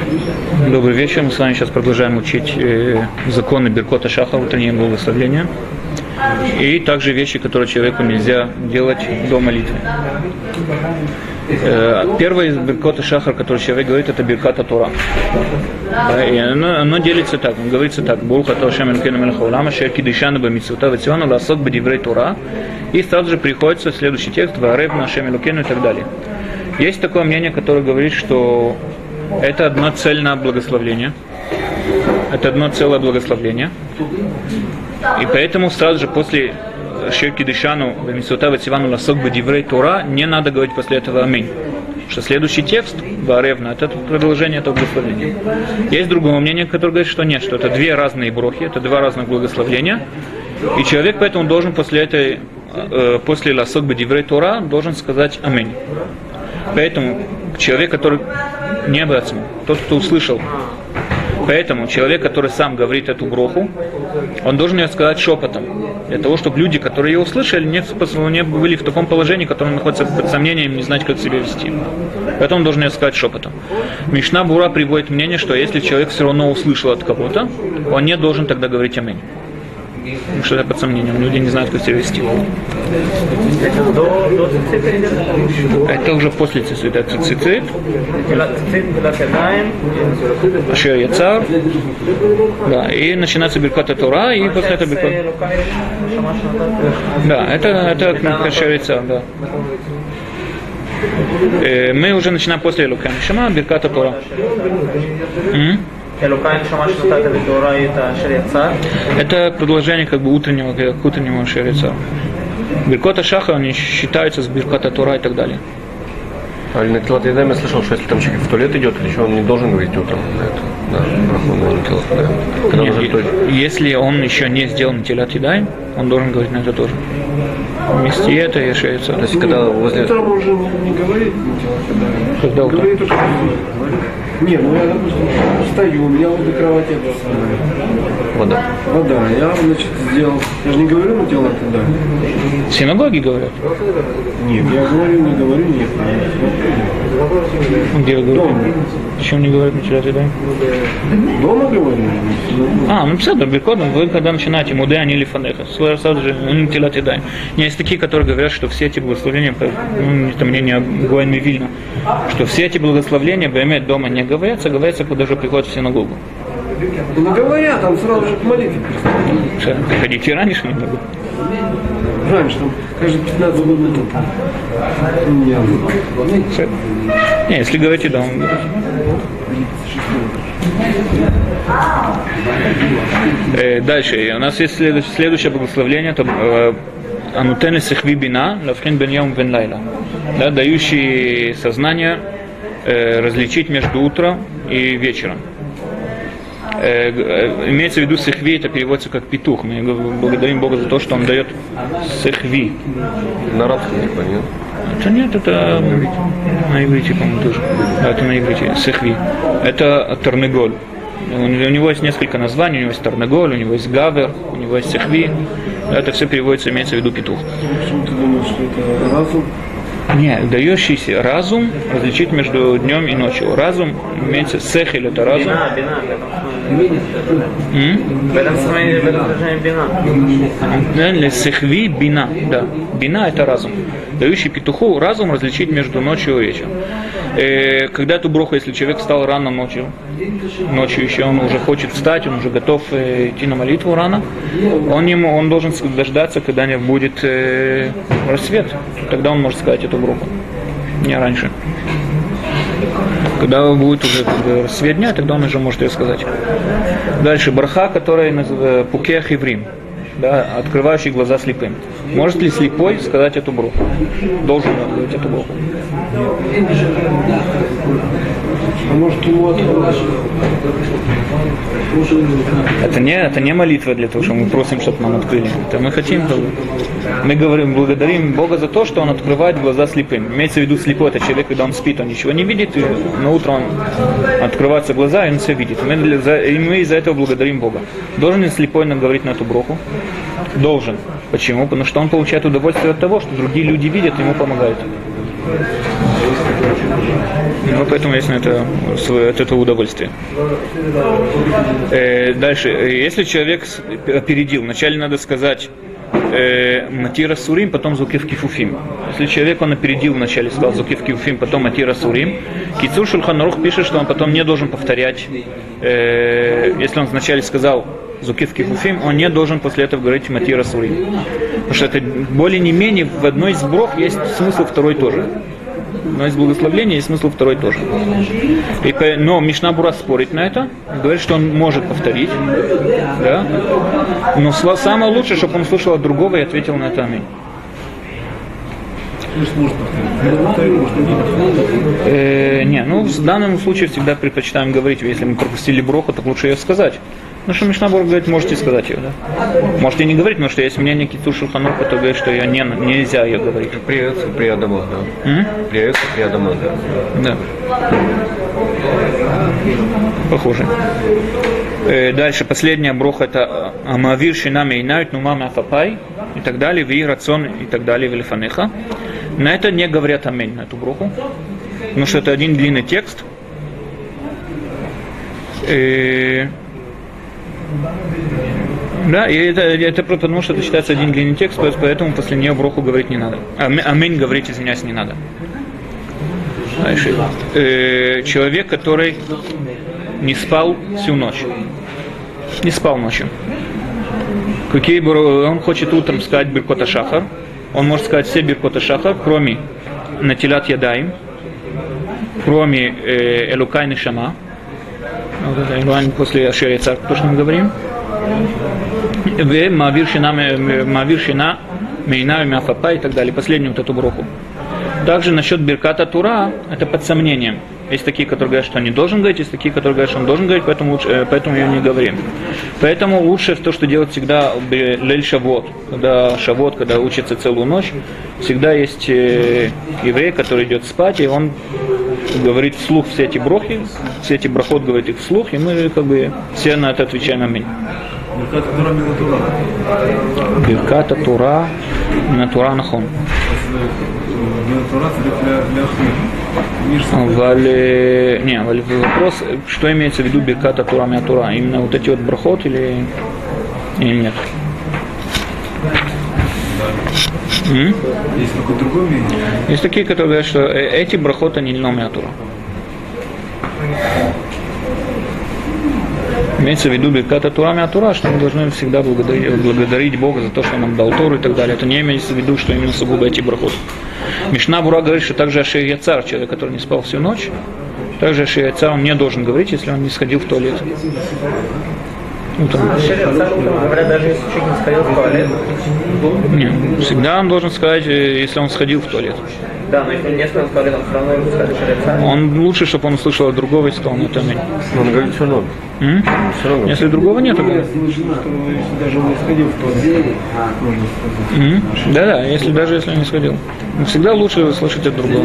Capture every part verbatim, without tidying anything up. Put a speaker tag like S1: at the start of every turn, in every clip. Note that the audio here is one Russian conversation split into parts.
S1: Добрый вечер. Мы с вами сейчас продолжаем учить э, законы Беркота Шахар, утреннее благословление. И также вещи, которые человеку нельзя делать до молитвы. Э, первый из Беркота Шахар, который человек говорит, это Берката Тора. Да, и оно, оно делится так, он говорится так: Буруха Тошем Элкену Мелеха Улама, Шерки Дышана Бамитсута Ватсиона, Ласок Бадиврей Тора. И сразу же приходится следующий текст: Варев Нашем Элкену и так далее. Есть такое мнение, которое говорит, что это одно цельное благословление. Это одно целое благословление. И поэтому сразу же после Шерки Дышану Бамитсута Ватсивану Ласок Бадиврей Тора не надо говорить после этого аминь. Потому что следующий текст, Варевна, это продолжение этого благословения. Есть другое мнение, которое говорит, что нет, что это две разные брохи, это два разных благословления. И человек поэтому должен после этой, э, после Ласок Бадиврей Тора, должен сказать аминь. Поэтому человек, который не обратил, тот, кто услышал, поэтому человек, который сам говорит эту броху, он должен ее сказать шепотом, для того, чтобы люди, которые ее услышали, не, не были в таком положении, которое находится под сомнением, не знать, как себя вести. Поэтому он должен ее сказать шепотом. Мишна Бура приводит мнение, что если человек все равно услышал от кого-то, он не должен тогда говорить аминь. Потому что это под сомнением, люди не знают, как себя вести.
S2: Это до, до цицит?
S1: Это уже после цицит. Это цицит. Ашер Яцар. Да, и начинается Берката Тора, и после этого Берката. Да, это, это Ашер Яцар, да. Мы уже начинаем после Элокейну Нешама, Берката Тора. Это продолжение как бы утреннего, к утреннему Ашер Яцар. Беркота Шахар, они считаются с Берката Тора и так далее.
S3: А на Тилат Ядаем я слышал, что если там человек в туалет идет, или что, он не должен говорить утром на это. Да,
S1: Нет, если он еще не сделал на Тилат Ядаем, он должен говорить на это тоже. Вместе это и Ашер Яцар.
S3: То есть когда возле...
S4: Утром уже не говорит на Тилат Ядаем.
S1: Когда утром?
S4: Говорит только... Не, ну я, допустим, встаю, у меня возле кровати это самое.
S3: Вода.
S4: Вода. Я, значит, сделал. Я же не говорю на Тилат Ядаем.
S1: В синагоге говорят?
S4: Нет, я говорю, не говорю, нет.
S1: Где вы говорите? Почему не говорят на Тилат Ядаем?
S4: Дома говорю.
S1: А, ну писать, Беркот, вы когда начинаете Мудэ, они лифанеха, сразу же на Тилат Ядаем. Есть такие, которые говорят, что все эти благословения, ну, это мнение Гоэн Мивильна, что все эти благословления Бемет дома не говорятся, говорятся, когда же приходят в синагогу.
S4: Не говорят, там сразу же к молитве перестают.
S1: Приходите раньше немного.
S4: Раньше, там, каждые пятнадцать минут. Нет.
S1: Не, если говорите, да, он э, дальше, у нас есть следующее, следующее благословление, это Анутене Сехви Бина, Лавхин Бен Йом Бен Лайла, да, дающий сознание э, различить между утром и вечером. Э, э, имеется в виду сехви, это переводится как петух. Мы благодарим Бога за то, что Он дает сехви.
S3: На арабском не понятно.
S1: Это нет, это на иврите, по-моему, тоже. Да, это на иврите, сехви. Это тарнеголь. У него есть несколько названий, у него есть тарнеголь, у него есть гавер, у него есть сехви. Это все переводится, имеется в виду петух.
S4: Почему ты думаешь, что это разум?
S1: Нет, дающийся разум различить между днем и ночью. Разум имеется сехель, это разум. Бина, сехви бина, да. Бина это разум. Дающий петуху разум различить между ночью и вечером. Э, когда эту броху, если человек встал рано ночью, ночью еще он уже хочет встать, он уже готов э, идти на молитву рано, он, ему, он должен дождаться, когда не будет э, рассвет. Тогда он может сказать эту броху, не раньше. Когда будет уже рассвет дня, тогда он уже может ее сказать. Дальше браха, которая называется пукех иврим, да, открывающий глаза слепым. Может ли слепой сказать эту броху? Должен ли он говорить эту броху?
S4: А может ему открыть?
S1: Это не, это не молитва для того, что мы просим, чтобы нам открыли. Это мы хотим, мы говорим, благодарим Бога за то, что Он открывает глаза слепым. Имеется в виду слепой, это человек, когда он спит, он ничего не видит, и на утро он открываются глаза, и он все видит. Мы, для, и мы из-за этого благодарим Бога. Должен ли слепой нам говорить на эту броху? Должен. Почему? Потому что он получает удовольствие от того, что другие люди видят и ему помогают. Ну, поэтому есть на это, от этого удовольствие. Э, дальше. Если человек опередил, вначале надо сказать э, Матира Сурим, потом Зукев Кифуфим. Если человек он опередил, вначале сказал Зукев Кифуфим, потом Матира Сурим, Кицур Шульхан Арух пишет, что он потом не должен повторять, э, если он вначале сказал Зукев Кифуфим, он не должен после этого говорить Матира Сурим. Потому что это более не менее в одной из брох есть смысл второй тоже. Но из благословления есть смысл второй тоже. И, но Мишна Бура спорит на это, говорит, что он может повторить, да? Но самое лучшее, чтобы он слышал от другого и ответил на это аминь. Э, не, ну в данном случае всегда предпочитаем говорить, если мы пропустили броху, так лучше ее сказать. Ну что Мишна Бура говорит, можете сказать ее, да? Можете не говорить, потому что есть мнение Кицур Шульхан Арух, который говорит, что ее не, нельзя ее говорить.
S3: Приветствие при Адамах, да. М? Приветствие при Адамах, да.
S1: Да. Похоже. Э, дальше, последняя броха это Амавир Шинами Инайт Нумами Афапай и так далее, Ви Рацион и так далее, Велифанеха. На это не говорят аминь, на эту броху. Потому что это один длинный текст. Э, Да, и это, это потому, что это считается один длинный текст, поэтому после нее броху говорить не надо. Аминь говорить, извиняюсь, не надо. Дальше. Э, человек, который не спал всю ночь. Не спал ночью. Какие, он хочет утром сказать Биркот ха-Шахар. Он может сказать все Биркот ха-Шахар, кроме Натилат Ядаим, кроме э, Элукай Нешама. Вот это Элукай после Ашер Яцар, то, что мы говорим. Мавир Шина, Мейна, Мяфапа и так далее. Последнюю вот эту броху. Также насчет Бирката Тура, это под сомнением. Есть такие, которые говорят, что он не должен говорить, есть такие, которые говорят, что он должен говорить, поэтому, лучше, поэтому ее не говорим. Поэтому лучше то, что делать всегда Лель Шавот, когда Шавот, когда учится целую ночь, всегда есть еврей, который идет спать, и он говорит вслух все эти брохи, все эти брахот говорит их вслух, и мы как бы все на это отвечаем аминь. Бирката Тура, на Тура нахон. Вали... Не, вали... вопрос, что имеется в виду Бирката Тура мя Тура? Именно вот эти вот брахот или, или нет? М?
S4: Есть какое-то другое мнение?
S1: Есть такие, которые говорят, что эти брахот они не мя Тура. Имеется в виду Бирката Тура мя Тура, что мы должны всегда благодарить, благодарить Бога за то, что он нам дал Тору и так далее. Это не имеется в виду, что именно сугубо эти брахот. Мишна Бура говорит, что также Ашер Яцар, человек, который не спал всю ночь, также Ашер Яцар он не должен говорить, если он не сходил в туалет. Утром.
S2: Ашер Яцар утром говорят, даже если человек не сходил в туалет.
S1: Нет, всегда он должен сказать, если он сходил в туалет.
S2: Да, но если не сходил в туалет, он все равно ему сказать Ашер Яцар.
S1: Он лучше, чтобы он услышал от другого и сказал, ну это аминь.
S3: Он говорит, все равно.
S1: М?
S3: Все равно.
S1: Если другого нет, то
S4: Я слышал, что если даже он не сходил в туалет, можно сказать.
S1: Да-да, если, даже если он не сходил. Но всегда лучше слышать от другого.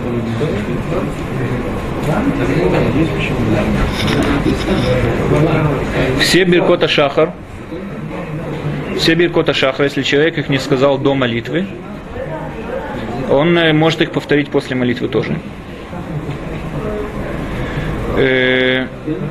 S1: Все Биркот ха-Шахар, все Биркот ха-Шахар, если человек их не сказал до молитвы, он может их повторить после молитвы тоже. Э,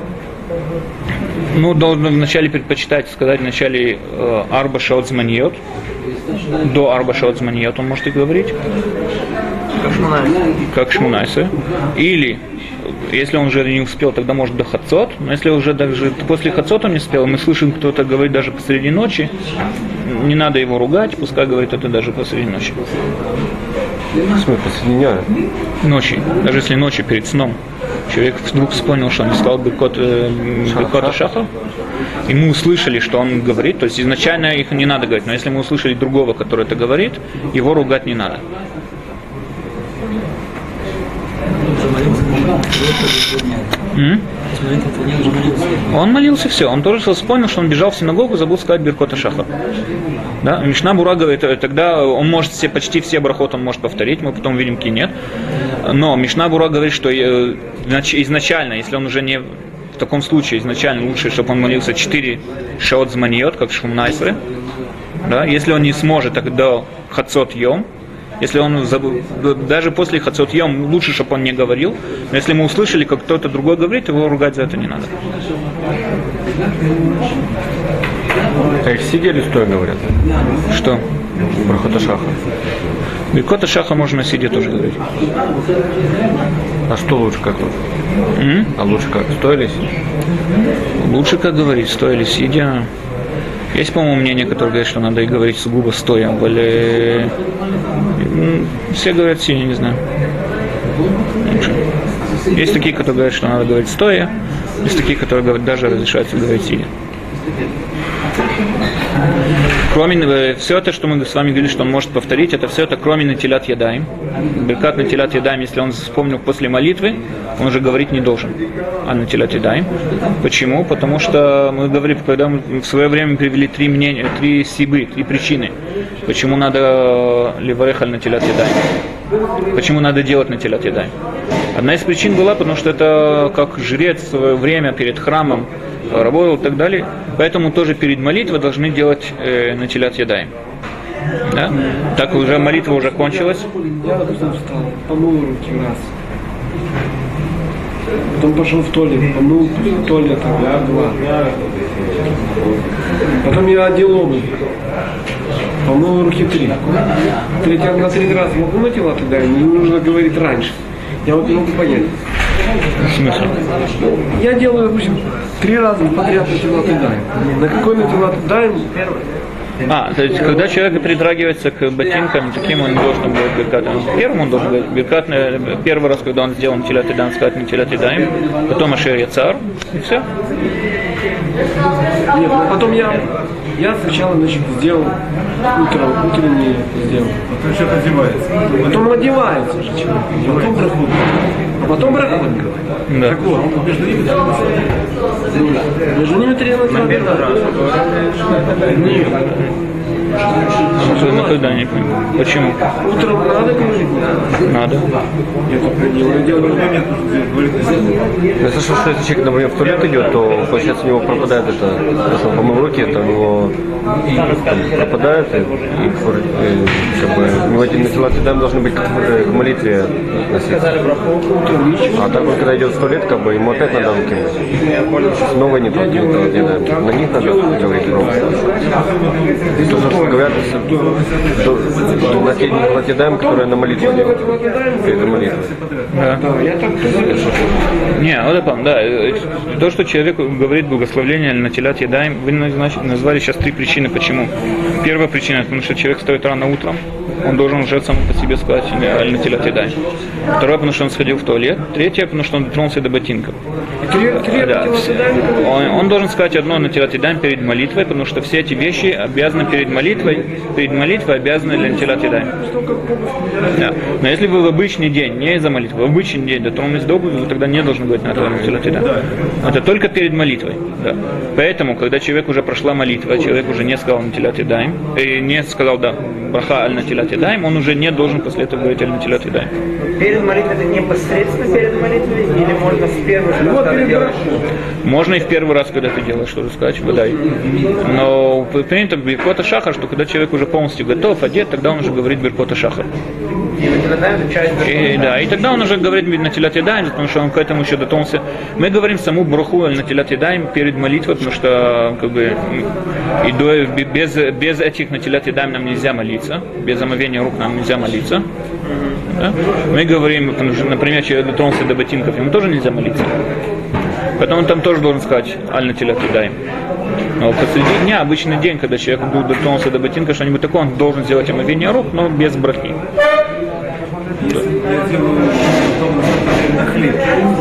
S1: ну, должен вначале предпочитать сказать в начале э, Арба Шаот Зманиот. До Арба Шаот Зманиот он может их говорить.
S2: Как Шмунайса.
S1: Как Шмунайса. Или, если он уже не успел, тогда может до Хацот. Но если уже даже после Хацот он не успел, мы слышим, кто-то говорит даже посреди ночи, не надо его ругать, пускай говорит это даже посреди ночи.
S3: Смотри, посреди дня.
S1: Ночи, даже если ночью перед сном человек вдруг вспомнил, что он не сказал Биркот ха-Шахар, и мы услышали, что он говорит, то есть изначально их не надо говорить, но если мы услышали другого, который это говорит, его ругать не надо. М? Он молился, все. Он тоже вспомнил, что он бежал в синагогу, забыл сказать Биркот ха-Шахар. Да? Мишна Бура говорит, тогда он может все, почти все брахот он может повторить, мы потом видим, какие нет. Но Мишна Бура говорит, что изначально, если он уже не в таком случае, изначально лучше, чтобы он молился четыре шаот зманиот, как Шмунайсре. Да? Если он не сможет, тогда Хацот Йом. Если он забыл, даже после хацот йом лучше, чтобы он не говорил. Но если мы услышали, как кто-то другой говорит, его ругать за это не надо.
S3: А их сидя или стоя говорят?
S1: Что?
S3: Брахот ха-шахар.
S1: Брахот ха-шахар можно сидя тоже говорить.
S3: А что лучше, как лучше?
S1: М?
S3: А лучше как? Стоя или сидя?
S1: Лучше, как говорить, стоя или сидя. Есть, по-моему, мнение, которое говорит, что надо и говорить сугубо стоя. Более... Все говорят сидя, не знаю. Лучше. Есть такие, которые говорят, что надо говорить стоя. Есть такие, которые говорят, даже разрешается говорить сидя. Кроме, все это, что мы с вами говорили, что он может повторить, это все это кроме натилят ядаим. Беркат натилят ядаим, если он вспомнил после молитвы, он уже говорить не должен. А натилят ядаим. Почему? Потому что мы говорили, когда мы в свое время привели три мнения, три сибы, три причины, почему надо ливарех аль натилят ядаим. Почему надо делать натилят ядаим. Одна из причин была, потому что это как жрец в свое время перед храмом работал и так далее. Поэтому тоже перед молитвой должны делать э, натилят ядаим. Да? Так уже молитва уже кончилась.
S4: Я, допустим, встал, помыл руки раз. Потом пошел в туалет, помыл туалет, да, два. Потом я одел обувь, помыл руки три. Третий, на третий раз могу натилят ядаим, не нужно говорить раньше. Я вот не могу понять.
S1: В смысле?
S4: Я делаю, допустим, три раза подряд натилят ядаим. На какой натилят ядаим?
S1: А, то есть, когда человек притрагивается к ботинкам, таким он не должен говорить биркатом. Первым он должен говорить биркат, первый раз, когда он сделал натилят ядаим, сказать натилят ядаим, потом ашер яцар, и все.
S4: Нет, ну потом я, я сначала, значит, сделал утром, утренний сделал.
S5: Потом человек одевается.
S4: Потом одевается же человек, потом проходит. А потом проходит.
S1: Да.
S5: Так вот, между ними
S4: Между ними три раза. Нет.
S1: Ну, когда не понимаю. Почему?
S4: Утром надо говорить?
S1: Надо.
S4: Я так не делаю. Я делаю.
S3: Я слышал, что если человек, например, в туалет идет, то получается у него пропадает это, если он помыл руки, то у него там, пропадает, и, и, и как бы у него эти натилят ядаим должны быть к, к молитве относиться. А так вот, когда идет в туалет, как бы ему опять надо руки мыть. Снова не только натилят ядаим. На них надо говорить громко. Говорят, что натилят ядаим, которые на молитву делают, перед молитвой.
S1: Да. Не, вот это, да, то, что человек говорит благословление натилят ядаим, вы назвали сейчас три причины, почему. Первая причина, потому что человек встает рано утром, он должен уже сам по себе сказать натилят ядаим. Второе, потому что он сходил в туалет. Третье, потому что он дотронулся до ботинков. Да. Он, он должен сказать одно натилят ядаим перед молитвой, потому что все эти вещи обязаны перед молитвой, перед молитвой обязаны для натилят ядаим. Да. Но если вы в обычный день, не из-за молитвы, в обычный день дотронулись до обуви, вы тогда не должны говорить натилят ядаим. Это только перед молитвой. Да. Поэтому, когда человек уже прошла молитва, человек уже не сказал натилят ядаим, и не сказал да, браха аль натилят ядаим, он уже не должен после этого говорить аль натилят ядаим.
S2: Перед молитвой это непосредственно перед молитвой или можно с первого раза когда делать?
S1: Можно и в первый раз, когда ты делаешь, что-то сказать, выдай. Но принято биркот ха-шахар, что когда человек уже полностью готов, одет, тогда он уже говорит биркот ха-шахар. И, да, и тогда он уже говорит натилят ядаим, потому что он к этому еще дотронулся. Мы говорим саму браху натилят ядаим перед молитвой, потому что как бы и до, без, без этих натилят ядаим нам нельзя молиться, без омовения рук нам нельзя молиться. Да? Мы говорим, потому что, например, человек дотронулся до ботинков, ему тоже нельзя молиться. Поэтому он там тоже должен сказать аль натилят ядаим. Но посреди дня, обычный день, когда человек дотронулся до ботинка, что-нибудь такое, он должен сделать омовение рук, но без брахи.
S5: Если я делаю на хлеб,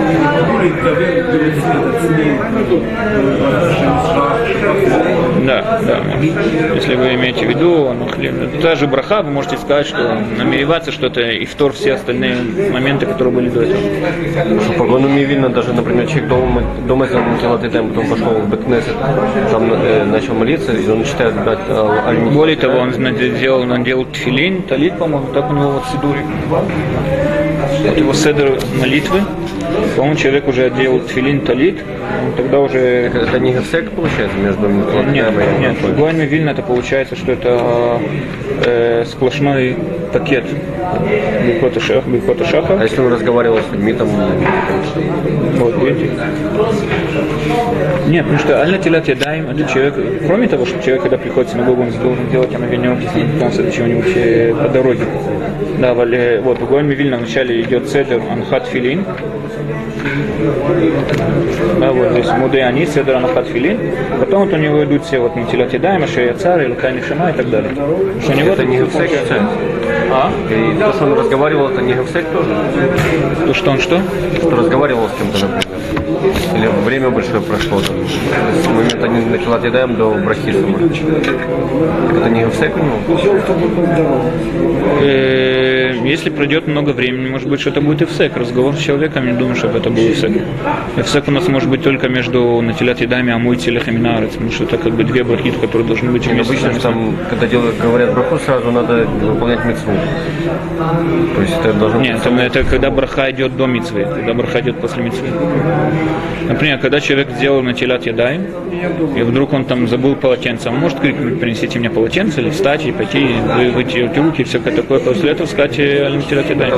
S1: да, да. Если вы имеете в виду, ну, хлеб, та же браха, вы можете сказать, что намереваться, что это и втор все остальные моменты, которые были до этого.
S3: По Гаону Мивильна даже, например, человек дома, дома сделал натилят ядаим, потом пошел в бет-кнесет, там э, начал молиться, и он читает брать аль.
S1: Более того, он сделал, он делал тфилин, талит, по-моему, так у него в сидуре. вот его седр молитвы, по-моему, человек уже одел тфилин, талит, тогда уже...
S3: Это не гефсек получается между...
S1: Нет, нет, в Гуайме Вильна это получается, что это э, сплошной пакет Биркота Шах, Биркота Шаха.
S3: А если он разговаривал с людьми, там...
S1: Вот, видите? Нет, потому что Аль Натилат Ядаим, это человек, кроме того, что человек, когда приходит в синагогу, он должен делать омовение рук, если он питался чего-нибудь э, по дороге. Да, вали, вот, в Гуайме Вильна вначале идет седер Анхат Филин. Да, вот здесь Мудеяни, седер Анхат Филин. Потом вот у него идут все вот Натилат Ядаим, Ашер Яцар, Илкай Нишама и так далее. Что у него
S3: это не гефсек,
S1: а?
S3: И то, что он разговаривал, это не гефсек тоже?
S1: То, что он что?
S3: Что разговаривал с кем-то, например. Или время большое прошло, там, с момента Натилат Ядаим до брахи сама. Так это не гефсек у него?
S1: Если пройдет много времени, может быть, что это будет эфсек. Разговор с человеком, не думаю, чтобы это был эфсек. Эфсек у нас может быть только между Натилат Ядаим и Амой Целех и Минарец, потому что это как бы две брахи, которые должны быть вместе.
S3: Обычно там, когда делают, говорят браху, сразу надо выполнять мицву. То есть это должно быть...
S1: Нет, это, это когда браха идет до мицвы, когда браха идет после мицвы. Например, когда человек сделал Натилат Ядаим, и вдруг он там забыл полотенце, он может крикнуть: принесите мне полотенце, или встать и пойти, и выйти руки, и всякое такое. После этого сказать Натилат Ядаим.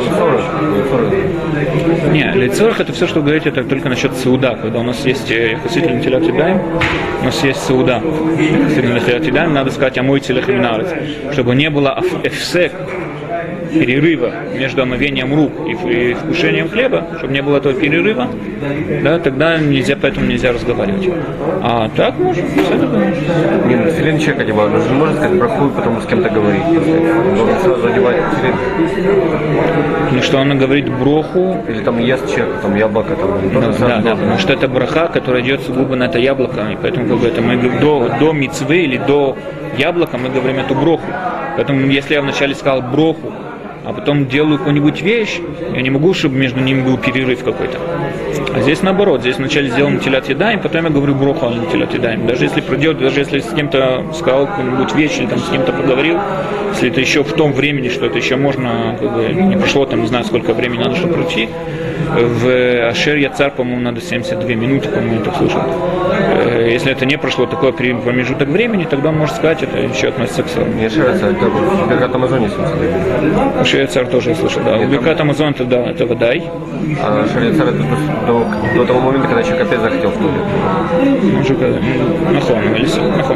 S1: Не, лицорах это все, что вы говорите, это только насчет сауда. Когда у нас есть хаситель Натилат Ядаим, у нас есть сауда. Хаситель Натилат Ядаим, надо сказать Амой Целех и Минарец, чтобы не было эфсек, перерыва между омовением рук и вкушением хлеба, чтобы не было этого перерыва, да, тогда нельзя, поэтому нельзя разговаривать. А так можно, все это можно.
S3: Не, ну, филин человек одевал, он же может сказать браху и потом с кем-то говорить. Он должен сразу одевать филин.
S1: Ну что он говорит броху.
S3: Или там ест человек, там яблоко, там.
S1: Да, да, да, потому что это браха, которая идет сугубо на это яблоко, и поэтому как бы это мы до, до мицвы или до яблока мы говорим эту броху. Поэтому если я вначале сказал броху, а потом делаю какую-нибудь вещь, я не могу, чтобы между ними был перерыв какой-то. А здесь наоборот, здесь вначале сделал Натилат Ядаим, потом я говорю броху о Натилат Ядаим. Даже если пройдет, даже если с кем-то сказал какую-нибудь вещь или там с кем-то поговорил, если это еще в том времени, что это еще можно, как бы, не прошло там, не знаю, сколько времени надо, чтобы пройти. В Ашер Яцар, по-моему, надо семьдесят две минуты, по-моему, я так слышал. Если это не прошло такой промежуток времени, тогда он может сказать, это еще относится к ссорам.
S3: Не Ашер Яцар, это в Беркат Амазоне, собственно.
S1: Ашер Яцар тоже я слышал, да. В Беркат Амазон это, да, это Вадай.
S3: А Ашер Яцар это до, до того момента, когда человек опять захотел в туалет.
S1: Может, нахон, или все, нахон.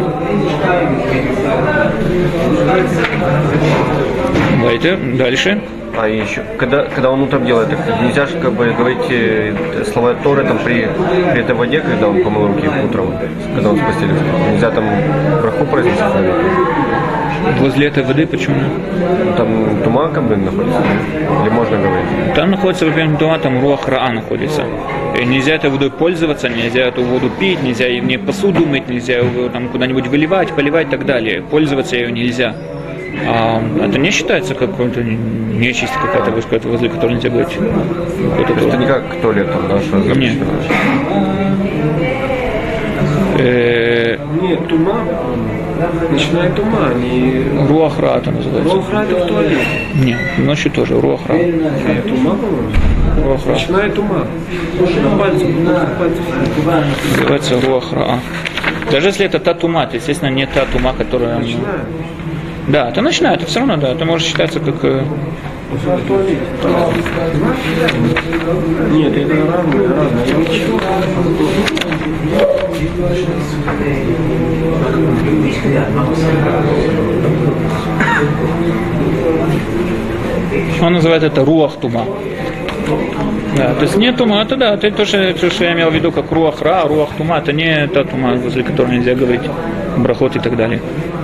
S1: Давайте, дальше.
S3: А еще, когда, когда он утром делает, так нельзя же как бы говорить слова Торы там при, при этой воде, когда он помыл руки утром, когда он с постели. Нельзя там браху произнести с вами.
S1: Возле этой воды почему?
S3: Там тума как бы находится, или можно говорить?
S1: Там находится, во-первых, тума, там руах раа находится. И нельзя этой водой пользоваться, нельзя эту воду пить, нельзя в ней посуду мыть, нельзя ее там куда-нибудь выливать, поливать и так далее. Пользоваться ее нельзя. А это не считается как какой-то нечисть какая-то, какая-то возле которой нельзя говорить.
S3: Это, это не как туалет там, да, что
S1: нет.
S4: Нет, тума, начинает тума, не...
S1: Руахра это называется.
S4: Руахра это в туалет.
S1: Нет, ночью тоже, руахра.
S4: Нет, тума, по-моему.
S1: Руахра.
S4: Начинает тума. На пальце, на пальце.
S1: Называется руахра. Даже если это та тума, то, естественно, не та тума, которая...
S4: Начинает.
S1: Да, это начинает, это все равно, да, это может считаться как...
S4: Нет, это разное, разное. Ничего.
S1: Он называет это руах тума. Да, то есть не тума, это да, это то, что, то, что я имел в виду, как руах ра, руах тума, это не та тума, возле которой нельзя говорить брахот и так далее.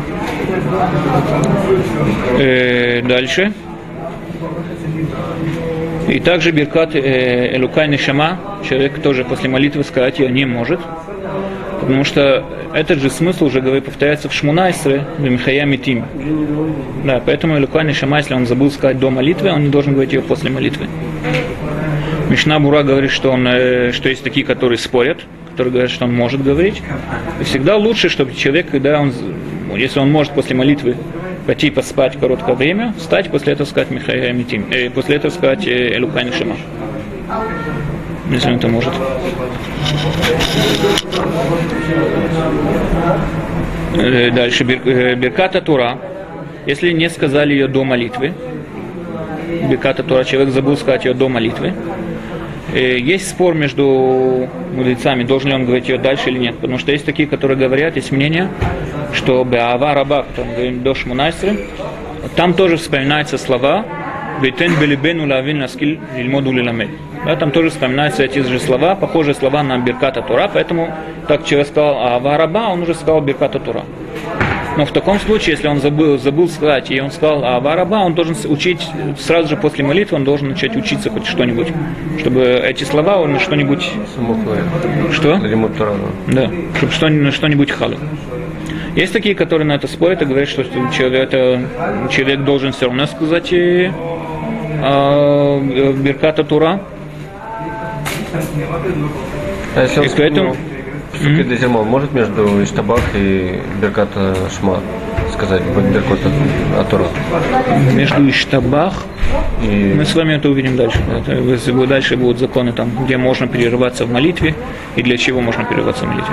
S1: Э, дальше. И также Биркат э, Элукай Нешама, человек тоже после молитвы сказать ее не может, потому что этот же смысл уже говорит, повторяется в Шмунайсре, в Михая Митим. Да, поэтому Элукай Нешама, если он забыл сказать до молитвы, он не должен говорить ее после молитвы. Мишна Бура говорит, что, он, э, что есть такие, которые спорят, которые говорят, что он может говорить. И всегда лучше, чтобы человек, когда он, если он может после молитвы пойти поспать короткое время, встать, после этого сказать Михаил Митим, э, после этого сказать э, Элукай Нешама. Если он это может. Э, дальше бир, э, Бирката Тора. Если не сказали ее до молитвы, Бирката Тора, человек забыл сказать ее до молитвы. Есть спор между мудрецами, должен ли он говорить ее дальше или нет. Потому что есть такие, которые говорят, есть мнение, что Беава Раба, который говорит до Шмунайсры, там тоже вспоминаются слова «Вейтен белибену лавин наскиль лильмоду лиламед». Да, там тоже вспоминаются эти же слова, похожие слова на Бирката Тора, поэтому так человек сказал Ава Раба, он уже сказал Бирката Тора. Но в таком случае, если он забыл, забыл сказать, и он сказал Ава Раба, он должен учить, сразу же после молитвы, он должен начать учиться хоть что-нибудь, чтобы эти слова он на что-нибудь... Что? Да, чтобы что- что-нибудь хало. Есть такие, которые на это спорят и говорят, что человек, это, человек должен все равно сказать э, э, Бирката Тора.
S3: А если он,
S1: И поэтому...
S3: ну, mm-hmm. может между Иштабах и Бирката Шма сказать Бирката Атора?
S1: Между Иштабах
S3: и...
S1: мы с вами это увидим дальше. Это, дальше будут законы, там, где можно перерываться в молитве и для чего можно перерываться в молитве.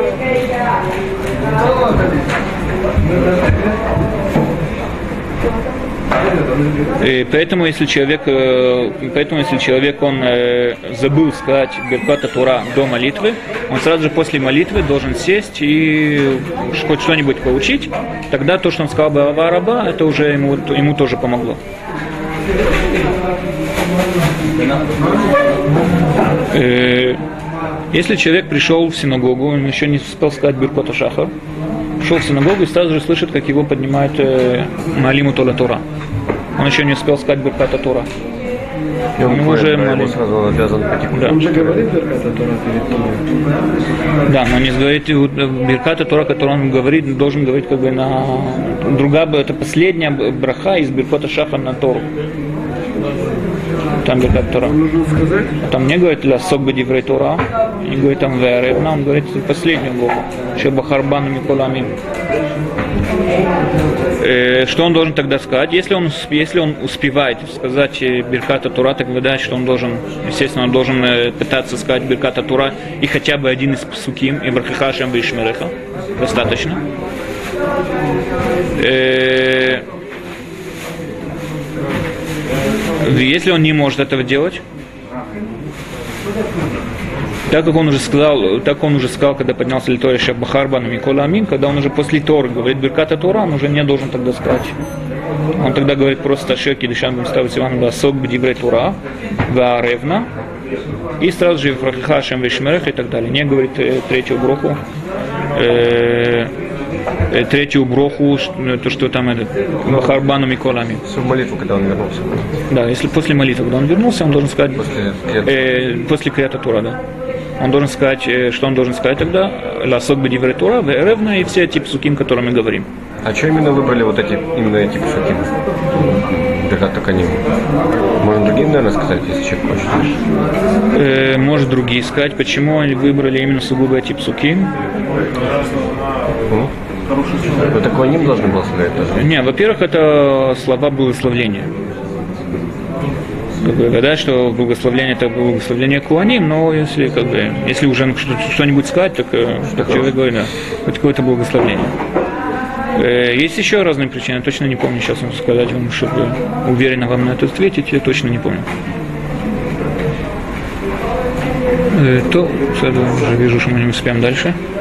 S1: И поэтому, если человек, поэтому, если человек он забыл сказать Бирката Тора до молитвы, он сразу же после молитвы должен сесть и хоть что-нибудь поучить, тогда то, что он сказал Беава Раба, это уже ему, ему тоже помогло. Если человек пришел в синагогу, он еще не успел сказать Биркот Шахар, пришел в синагогу и сразу же слышит, как его поднимает э, Маалиму Тола Тора. Он еще не успел сказать Бирката Тора.
S3: И он,
S1: он уже молит.
S3: Сразу обязан пойти.
S1: Да.
S4: Он же говорит Бирката Тора перед ним.
S1: Да, но не говорит Бирката Тора, который он говорит, должен говорить как бы на другая, это последняя браха из Биркота Шахар на Тору. Там Биркат Тора.
S4: Нужно сказать?
S1: Там не говорит ля сок диврей Тора, не говорит там ве'аревна, он говорит последнюю браха, шебахарбану миколамим. Что он должен тогда сказать? Если он, если он успевает сказать Бирката Тора, так выдать, что он должен, естественно, он должен пытаться сказать Бирката Тора и хотя бы один из псуким, и Брахиха Шем Вишмереха, достаточно. Если он не может этого делать, так как он уже сказал, так он уже сказал, когда поднялся Литора Шаббахарбан и Микола Амин, когда он уже после Торы говорит Бирката Тора, он уже не должен тогда сказать. Он тогда говорит просто Шеки Дишан Бимставит Иван Басок Бдиврей Тора, Вааревна, и сразу же Фрахиха Шем Вишмерех и так далее. Не говорит э, третью броху, э, э, третью броху, то, что там это, Бахарбану Микола Амин.
S3: В молитву, когда он вернулся.
S1: Да, если после молитвы, когда он вернулся, он должен сказать
S3: После,
S1: э, после Крията Тора, да. Он должен сказать, что он должен сказать тогда, ласок бедиврей Тора, ве'аревна и все эти псуким, о которых мы говорим.
S3: А что именно выбрали вот эти, именно эти псуким? Биркат Таканим. Можно другим, наверное, сказать, если человек хочет?
S1: Э, может другие сказать, почему они выбрали именно сугубо эти псуким?
S3: Ну, но такого не должны благословлять тоже?
S1: Не, во-первых, это слова благословления. Как бы, да, что благословление это благословение Куаним, но если как бы, если уже что-нибудь сказать, так, так человек говорит, да, хоть какое-то благословение. Э, есть еще разные причины, я точно не помню, сейчас могу сказать вам, чтобы уверенно вам на это ответить, я точно не помню. Э, то, уже вижу, что мы не успеем дальше.